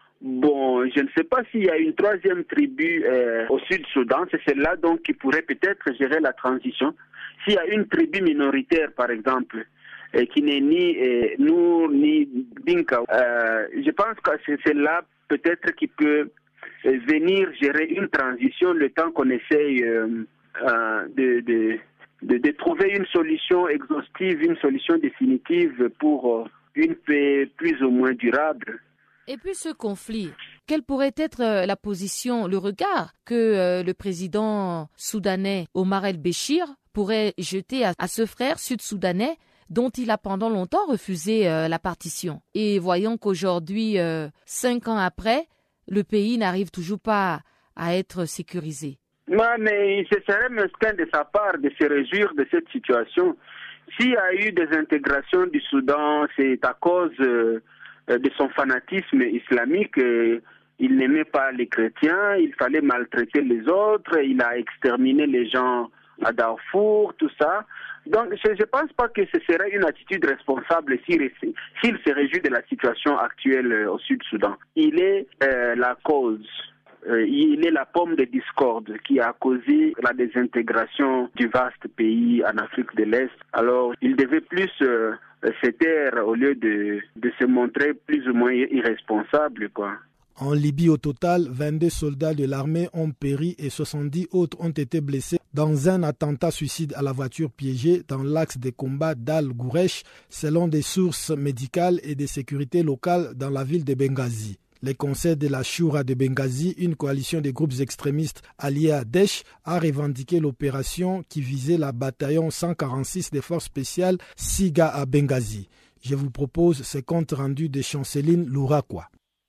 Bon, je ne sais pas s'il y a une troisième tribu euh, au Sud-Soudan, c'est celle-là donc qui pourrait peut-être gérer la transition. S'il y a une tribu minoritaire, par exemple, et qui n'est ni eh, Nour ni Dinka. Euh, je pense que c'est celle-là peut-être qui peut eh, venir gérer une transition le temps qu'on essaye euh, euh, de, de, de, de trouver une solution exhaustive, une solution définitive pour euh, une paix plus ou moins durable. Et puis ce conflit, quelle pourrait être la position, le regard que euh, le président soudanais Omar el-Béchir pourrait jeter à, à ce frère sud-soudanais dont il a pendant longtemps refusé euh, la partition. Et voyons qu'aujourd'hui, euh, cinq ans après, le pays n'arrive toujours pas à être sécurisé. Non, mais ce serait mesquin de sa part de se réjouir de cette situation. S'il y a eu des intégrations du Soudan, c'est à cause euh, de son fanatisme islamique. Euh, il n'aimait pas les chrétiens, il fallait maltraiter les autres, il a exterminé les gens à Darfour, tout ça. Donc, je ne pense pas que ce serait une attitude responsable s'il, s'il se réjouit de la situation actuelle au Sud-Soudan. Il est euh, la cause, euh, il est la pomme de discorde qui a causé la désintégration du vaste pays en Afrique de l'Est. Alors, il devait plus euh, se taire au lieu de, de se montrer plus ou moins irresponsable, quoi. En Libye, au total, vingt-deux soldats de l'armée ont péri et soixante-dix autres ont été blessés dans un attentat suicide à la voiture piégée dans l'axe des combats d'Al-Gouresh, selon des sources médicales et de sécurité locales dans la ville de Benghazi. Les conseils de la Choura de Benghazi, une coalition de groupes extrémistes alliés à Daesh, a revendiqué l'opération qui visait la bataillon cent quarante-six des forces spéciales Siga à Benghazi. Je vous propose ce compte rendu de Chanceline Lourakwa.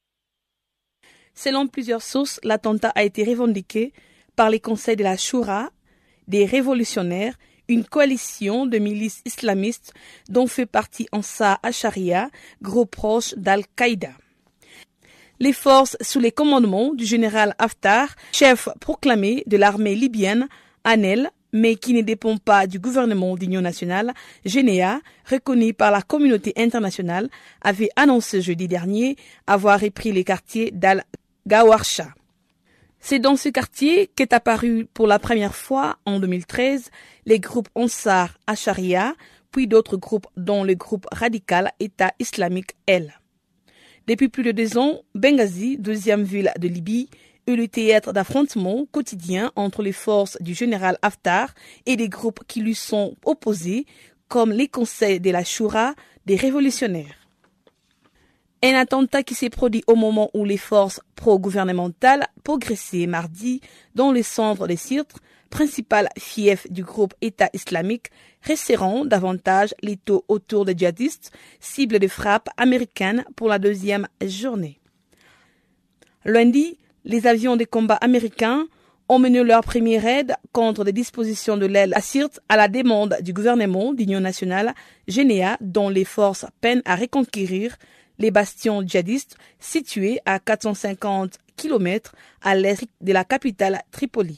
Selon plusieurs sources, l'attentat a été revendiqué par les conseils de la Choura, des révolutionnaires, une coalition de milices islamistes dont fait partie Ansar al-Sharia, groupe proche d'Al-Qaïda. Les forces sous les commandements du général Haftar, chef proclamé de l'armée libyenne, A N L, mais qui ne dépend pas du gouvernement d'union nationale, G N E A, reconnu par la communauté internationale, avait annoncé jeudi dernier avoir repris les quartiers d'Al Gawarsha. C'est dans ce quartier qu'est apparu pour la première fois en deux mille treize les groupes Ansar Acharia, puis d'autres groupes dont le groupe radical État islamique L. Depuis plus de deux ans, Benghazi, deuxième ville de Libye, est le théâtre d'affrontements quotidiens entre les forces du général Haftar et des groupes qui lui sont opposés, comme les conseils de la Shura des révolutionnaires. Un attentat qui s'est produit au moment où les forces pro-gouvernementales progressaient mardi dans le centre de Sirte, principal fief du groupe État islamique, resserrant davantage les taux autour des djihadistes, cible de frappes américaines pour la deuxième journée. Lundi, les avions de combat américains ont mené leur premier raid contre des dispositions de l'aile à Sirte à la demande du gouvernement d'Union nationale, G N E A, dont les forces peinent à reconquérir les bastions djihadistes situés à quatre cent cinquante kilomètres à l'est de la capitale Tripoli.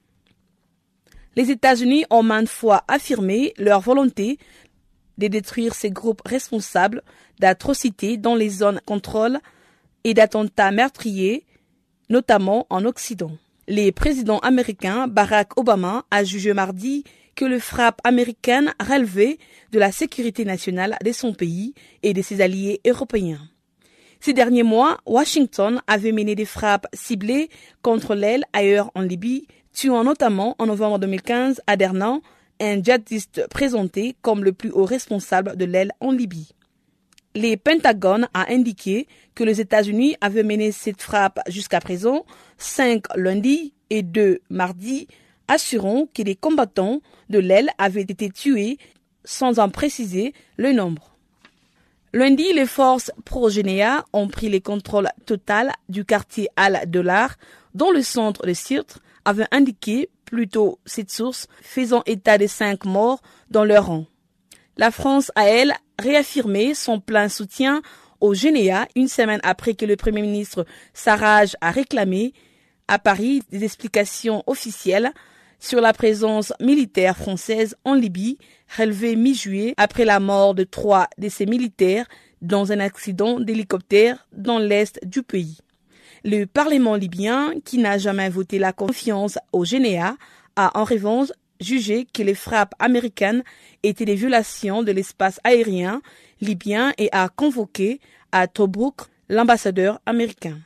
Les États-Unis ont maintes fois affirmé leur volonté de détruire ces groupes responsables d'atrocités dans les zones de contrôle et d'attentats meurtriers, notamment en Occident. Le président américain Barack Obama a jugé mardi que les frappes américaines relevaient de la sécurité nationale de son pays et de ses alliés européens. Ces derniers mois, Washington avait mené des frappes ciblées contre l'aile ailleurs en Libye, tuant notamment en novembre deux mille quinze à Derna, un djihadiste présenté comme le plus haut responsable de l'aile en Libye. Le Pentagone a indiqué que les États-Unis avaient mené cette frappe jusqu'à présent, cinq lundi et deux mardi, assurant que les combattants de l'aile avaient été tués sans en préciser le nombre. Lundi, les forces pro-G N E A ont pris le contrôle total du quartier Al-Dolar, dont le centre de Sirte avait indiqué plutôt cette source, faisant état de cinq morts dans leur rang. La France a, elle, réaffirmé son plein soutien au G N E A une semaine après que le Premier ministre Sarraj a réclamé à Paris des explications officielles sur la présence militaire française en Libye, relevée mi-juillet après la mort de trois de ses militaires dans un accident d'hélicoptère dans l'est du pays. Le Parlement libyen, qui n'a jamais voté la confiance au G N E A, a en revanche jugé que les frappes américaines étaient des violations de l'espace aérien libyen et a convoqué à Tobrouk l'ambassadeur américain.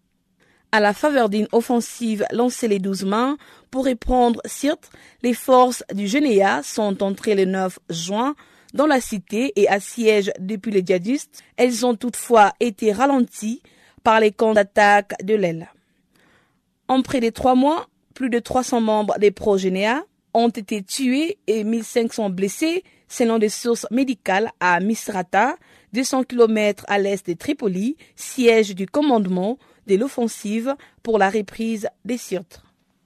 À la faveur d'une offensive lancée les douze mai pour reprendre Sirte, les forces du G N E A sont entrées le neuf juin dans la cité et assiègent depuis les djihadistes. Elles ont toutefois été ralenties par les camps d'attaque de l'aile. En près de trois mois, plus de trois cents membres des pro-G N E A ont été tués et mille cinq cents blessés, selon des sources médicales à Misrata, deux cents kilomètres à l'est de Tripoli, siège du commandement de l'offensive pour la reprise des Sirte.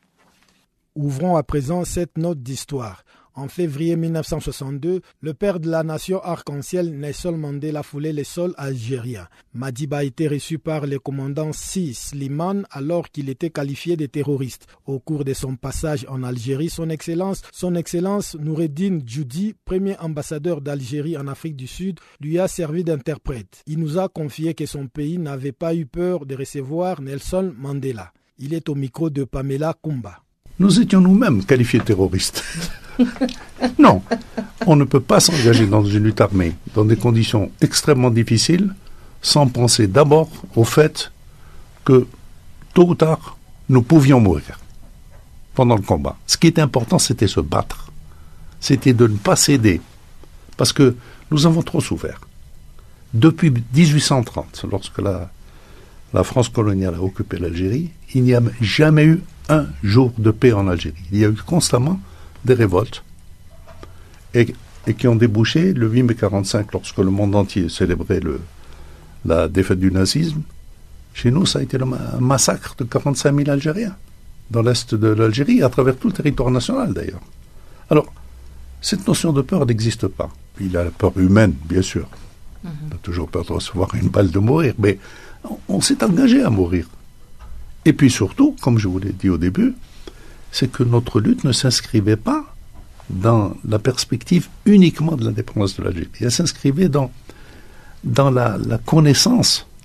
Ouvrons à présent cette note d'histoire. En février mille neuf cent soixante-deux, le père de la nation arc-en-ciel Nelson Mandela foulait les sols algériens. Madiba a été reçu par le commandant Si Slimane alors qu'il était qualifié de terroriste. Au cours de son passage en Algérie, son Excellence, son Excellence Noureddine Djoudi, premier ambassadeur d'Algérie en Afrique du Sud, lui a servi d'interprète. Il nous a confié que son pays n'avait pas eu peur de recevoir Nelson Mandela. Il est au micro de Pamela Kumba. Nous étions nous-mêmes qualifiés de terroristes. Non, on ne peut pas s'engager dans une lutte armée dans des conditions extrêmement difficiles sans penser d'abord au fait que tôt ou tard, nous pouvions mourir pendant le combat. Ce qui est important, c'était se battre. C'était de ne pas céder. Parce que nous avons trop souffert. Depuis dix-huit cent trente, lorsque la, la France coloniale a occupé l'Algérie, il n'y a jamais eu un jour de paix en Algérie. Il y a eu constamment des révoltes et, et qui ont débouché le huit mai quarante-cinq, lorsque le monde entier célébrait le, la défaite du nazisme. Chez nous, ça a été le ma- un massacre de quarante-cinq mille Algériens dans l'est de l'Algérie, à travers tout le territoire national d'ailleurs. Alors, cette notion de peur n'existe pas. Il y a la peur humaine, bien sûr. Mm-hmm. On a toujours peur de recevoir une balle, de mourir, mais on, on s'est engagé à mourir. Et puis surtout, comme je vous l'ai dit au début, c'est que notre lutte ne s'inscrivait pas dans la perspective uniquement de l'indépendance de l'Algérie. Elle s'inscrivait dans, dans la, la connaissance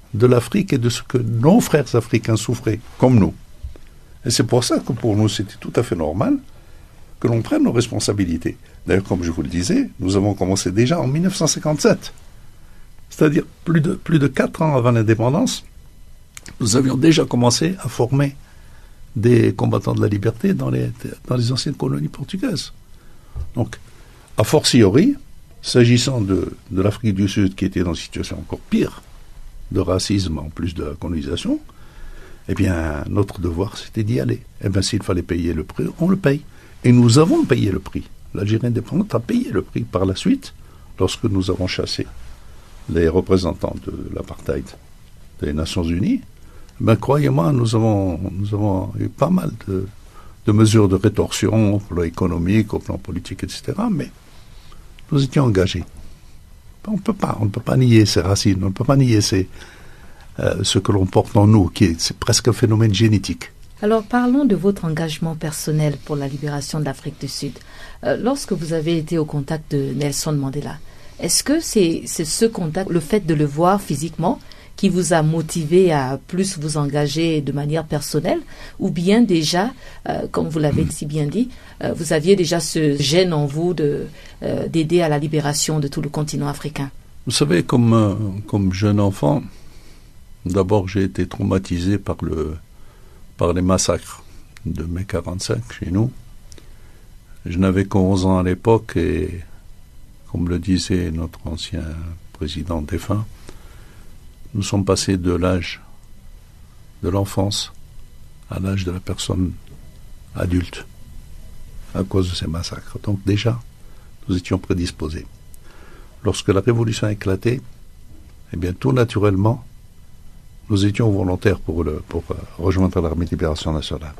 de l'Afrique et de ce que nos frères africains souffraient, comme nous. Et c'est pour ça que pour nous, c'était tout à fait normal que l'on prenne nos responsabilités. D'ailleurs, comme je vous le disais, nous avons commencé déjà en mille neuf cent cinquante-sept. C'est-à-dire plus de, plus de quatre ans avant l'indépendance, nous avions déjà commencé à former des combattants de la liberté dans les, dans les anciennes colonies portugaises. Donc, a fortiori, s'agissant de, de l'Afrique du Sud, qui était dans une situation encore pire, de racisme en plus de la colonisation, eh bien, notre devoir, c'était d'y aller. Eh bien, s'il fallait payer le prix, on le paye. Et nous avons payé le prix. L'Algérie indépendante a payé le prix par la suite, lorsque nous avons chassé les représentants de l'apartheid des Nations Unies. Ben, croyez-moi, nous avons, nous avons eu pas mal de, de mesures de rétorsion au plan économique, au plan politique, et cetera. Mais nous étions engagés. On peut pas, on ne peut pas nier ces racines, on ne peut pas nier ces, euh, ce que l'on porte en nous, qui est, c'est presque un phénomène génétique. Alors parlons de votre engagement personnel pour la libération de l'Afrique du Sud. Euh, lorsque vous avez été au contact de Nelson Mandela, est-ce que c'est, c'est ce contact, le fait de le voir physiquement, qui vous a motivé à plus vous engager de manière personnelle, ou bien déjà, euh, comme vous l'avez si bien dit, euh, vous aviez déjà ce gène en vous de, euh, d'aider à la libération de tout le continent africain? Vous savez, comme, euh, comme jeune enfant, d'abord j'ai été traumatisé par, le, par les massacres de mai quarante-cinq chez nous. Je n'avais qu'onze ans à l'époque et, comme le disait notre ancien président défunt, nous sommes passés de l'âge de l'enfance à l'âge de la personne adulte à cause de ces massacres. Donc déjà, nous étions prédisposés. Lorsque la révolution a éclaté, eh bien tout naturellement, nous étions volontaires pour, le, pour rejoindre l'armée de libération nationale.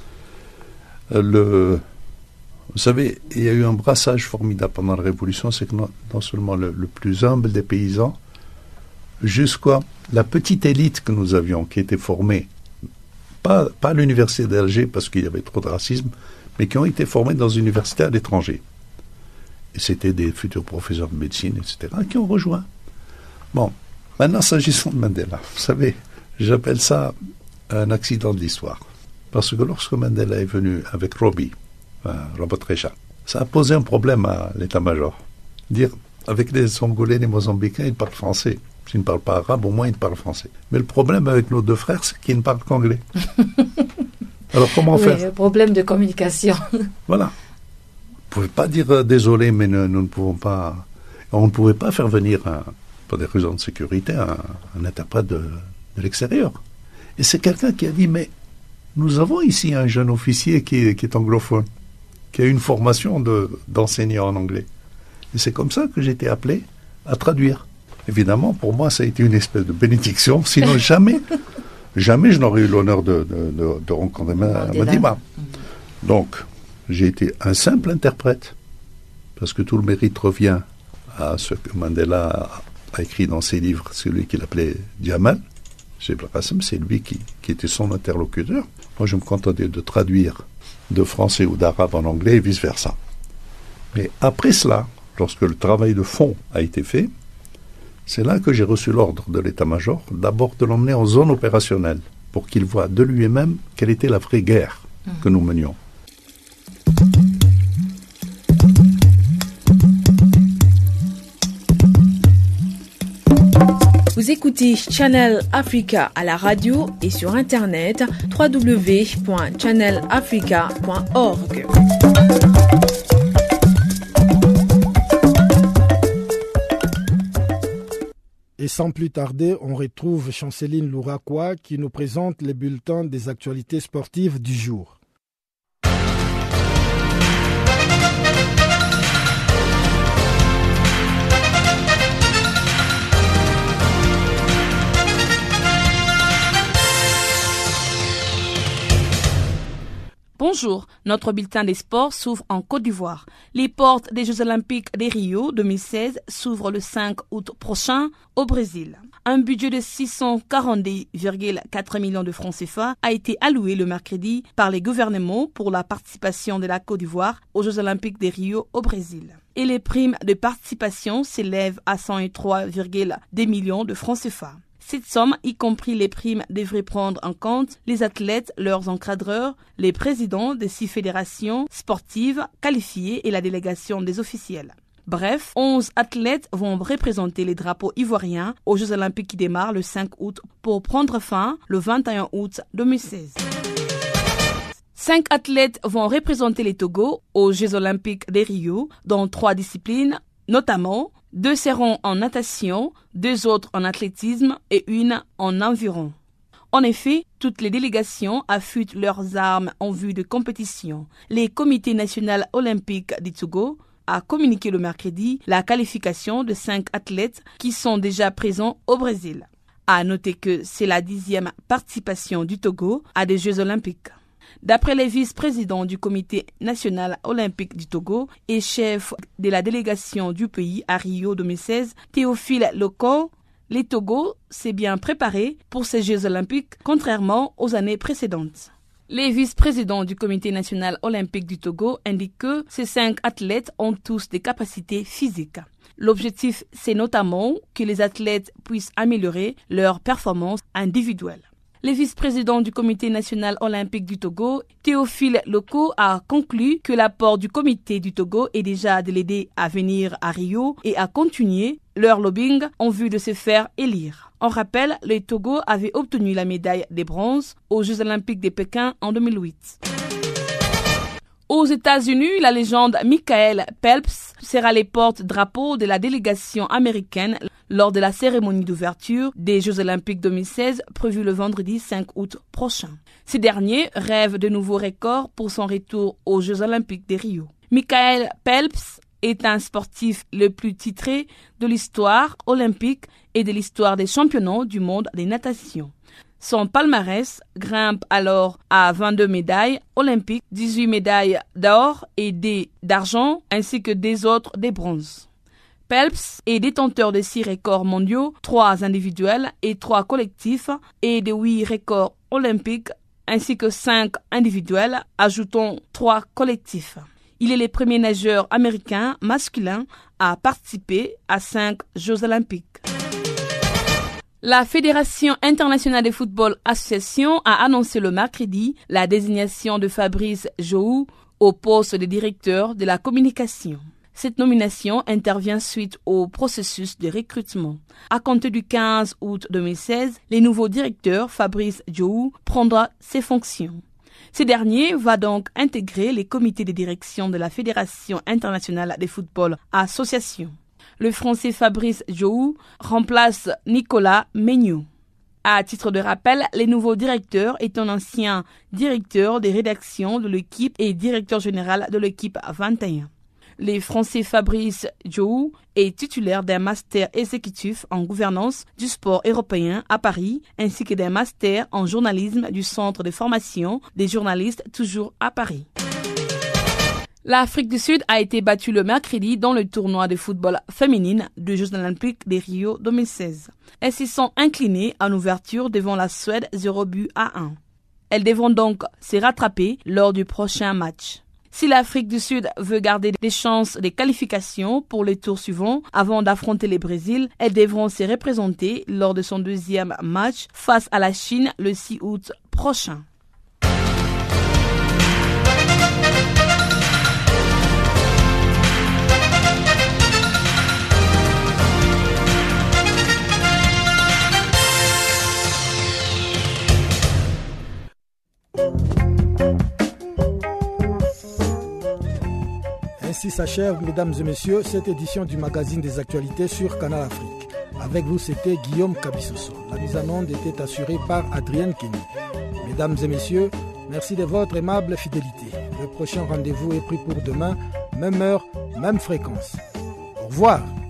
Le, vous savez, il y a eu un brassage formidable pendant la révolution, c'est que non, non seulement le, le plus humble des paysans, jusqu'à la petite élite que nous avions, qui était formée, pas, pas à l'université d'Alger parce qu'il y avait trop de racisme, mais qui ont été formés dans une université à l'étranger. Et c'était des futurs professeurs de médecine, et cetera, qui ont rejoint. Bon, maintenant s'agissant de Mandela, vous savez, j'appelle ça un accident de l'histoire. Parce que lorsque Mandela est venu avec Robbie, enfin, Robert Recha, ça a posé un problème à l'état-major. Dire, avec les Angolais et les Mozambicains, ils parlent français. S'ils ne parlent pas arabe, au moins ils parlent français. Mais le problème avec nos deux frères, c'est qu'ils ne parlent qu'anglais. Alors comment oui, faire? Problème de communication. Voilà. Vous ne pouvez pas dire euh, désolé, mais ne, nous ne pouvons pas... On ne pouvait pas faire venir, un, pour des raisons de sécurité, un, un interprète de, de l'extérieur. Et c'est quelqu'un qui a dit, mais nous avons ici un jeune officier qui, qui est anglophone, qui a une formation de, d'enseignant en anglais. Et c'est comme ça que j'ai été appelé à traduire. Évidemment, pour moi, ça a été une espèce de bénédiction. Sinon, jamais, jamais je n'aurais eu l'honneur de, de, de, de rencontrer Madiba. Donc, j'ai été un simple interprète, parce que tout le mérite revient à ce que Mandela a écrit dans ses livres, celui qu'il appelait Djamal. C'est lui qui, qui était son interlocuteur. Moi, je me contentais de traduire de français ou d'arabe en anglais et vice-versa. Mais après cela, lorsque le travail de fond a été fait, c'est là que j'ai reçu l'ordre de l'état-major, d'abord de l'emmener en zone opérationnelle, pour qu'il voie de lui-même quelle était la vraie guerre mmh. que nous menions. Vous écoutez Channel Africa à la radio et sur internet w w w point channel africa point org. Et sans plus tarder, on retrouve Chanceline Louraquois qui nous présente les bulletins des actualités sportives du jour. Bonjour, notre bulletin des sports s'ouvre en Côte d'Ivoire. Les portes des Jeux Olympiques de Rio deux mille seize s'ouvrent le cinq août prochain au Brésil. Un budget de six cent quarante-deux virgule quatre millions de francs C F A a été alloué le mercredi par les gouvernements pour la participation de la Côte d'Ivoire aux Jeux Olympiques de Rio au Brésil. Et les primes de participation s'élèvent à cent trois virgule deux millions de francs C F A. Cette somme, y compris les primes, devrait prendre en compte les athlètes, leurs encadreurs, les présidents des six fédérations sportives qualifiées et la délégation des officiels. Bref, onze athlètes vont représenter les drapeaux ivoiriens aux Jeux Olympiques qui démarrent le cinq août pour prendre fin le vingt et un août deux mille seize. Cinq athlètes vont représenter les Togo aux Jeux Olympiques de Rio dans trois disciplines, notamment deux seront en natation, deux autres en athlétisme et une en environ. En effet, toutes les délégations affûtent leurs armes en vue de compétition. Le Comité national olympique du Togo a communiqué le mercredi la qualification de cinq athlètes qui sont déjà présents au Brésil. À noter que c'est la dixième participation du Togo à des Jeux olympiques. D'après le vice-président du Comité national olympique du Togo et chef de la délégation du pays à Rio deux mille seize, Théophile Loko, le Togo s'est bien préparé pour ces Jeux olympiques, contrairement aux années précédentes. Les vice-présidents du Comité national olympique du Togo indiquent que ces cinq athlètes ont tous des capacités physiques. L'objectif, c'est notamment que les athlètes puissent améliorer leurs performances individuelles. Le vice-président du Comité national olympique du Togo, Théophile Loko, a conclu que l'apport du Comité du Togo est déjà de l'aider à venir à Rio et à continuer leur lobbying en vue de se faire élire. En rappel, le Togo avait obtenu la médaille de bronze aux Jeux olympiques de Pékin en deux mille huit. Aux États-Unis, la légende Michael Phelps sera les porte-drapeaux de la délégation américaine lors de la cérémonie d'ouverture des Jeux olympiques deux mille seize prévue le vendredi cinq août prochain. Ce dernier rêve de nouveaux records pour son retour aux Jeux olympiques de Rio. Michael Phelps est un sportif le plus titré de l'histoire olympique et de l'histoire des championnats du monde de natation. Son palmarès grimpe alors à vingt-deux médailles olympiques, dix-huit médailles d'or et des d'argent, ainsi que des autres de bronze. Phelps est détenteur de six records mondiaux, trois individuels et trois collectifs, et de huit records olympiques, ainsi que cinq individuels, ajoutons trois collectifs. Il est le premier nageur américain masculin à participer à cinq Jeux olympiques. La Fédération internationale de football association a annoncé le mercredi la désignation de Fabrice Jou au poste de directeur de la communication. Cette nomination intervient suite au processus de recrutement. À compter du quinze août deux mille seize, le nouveau directeur Fabrice Jou prendra ses fonctions. Ce dernier va donc intégrer les comités de direction de la Fédération internationale de football association. Le Français Fabrice Jou remplace Nicolas Megnou. À titre de rappel, le nouveau directeur est un ancien directeur des rédactions de l'équipe et directeur général de l'équipe vingt et un. Le Français Fabrice Jou est titulaire d'un master exécutif en gouvernance du sport européen à Paris, ainsi que d'un master en journalisme du Centre de formation des journalistes toujours à Paris. L'Afrique du Sud a été battue le mercredi dans le tournoi de football féminine des Jeux olympiques de Rio deux mille seize. Elles se sont inclinées en ouverture devant la Suède zéro but à un. Elles devront donc se rattraper lors du prochain match. Si l'Afrique du Sud veut garder des chances de qualification pour les tours suivants avant d'affronter le Brésil, elles devront se représenter lors de son deuxième match face à la Chine le six août prochain. Ainsi s'achève, mesdames et messieurs, cette édition du magazine des actualités sur Canal Afrique. Avec vous, c'était Guillaume Kabissoso. La mise en onde était assurée par Adrienne Kenny. Mesdames et messieurs, merci de votre aimable fidélité. Le prochain rendez-vous est pris pour demain, même heure, même fréquence. Au revoir.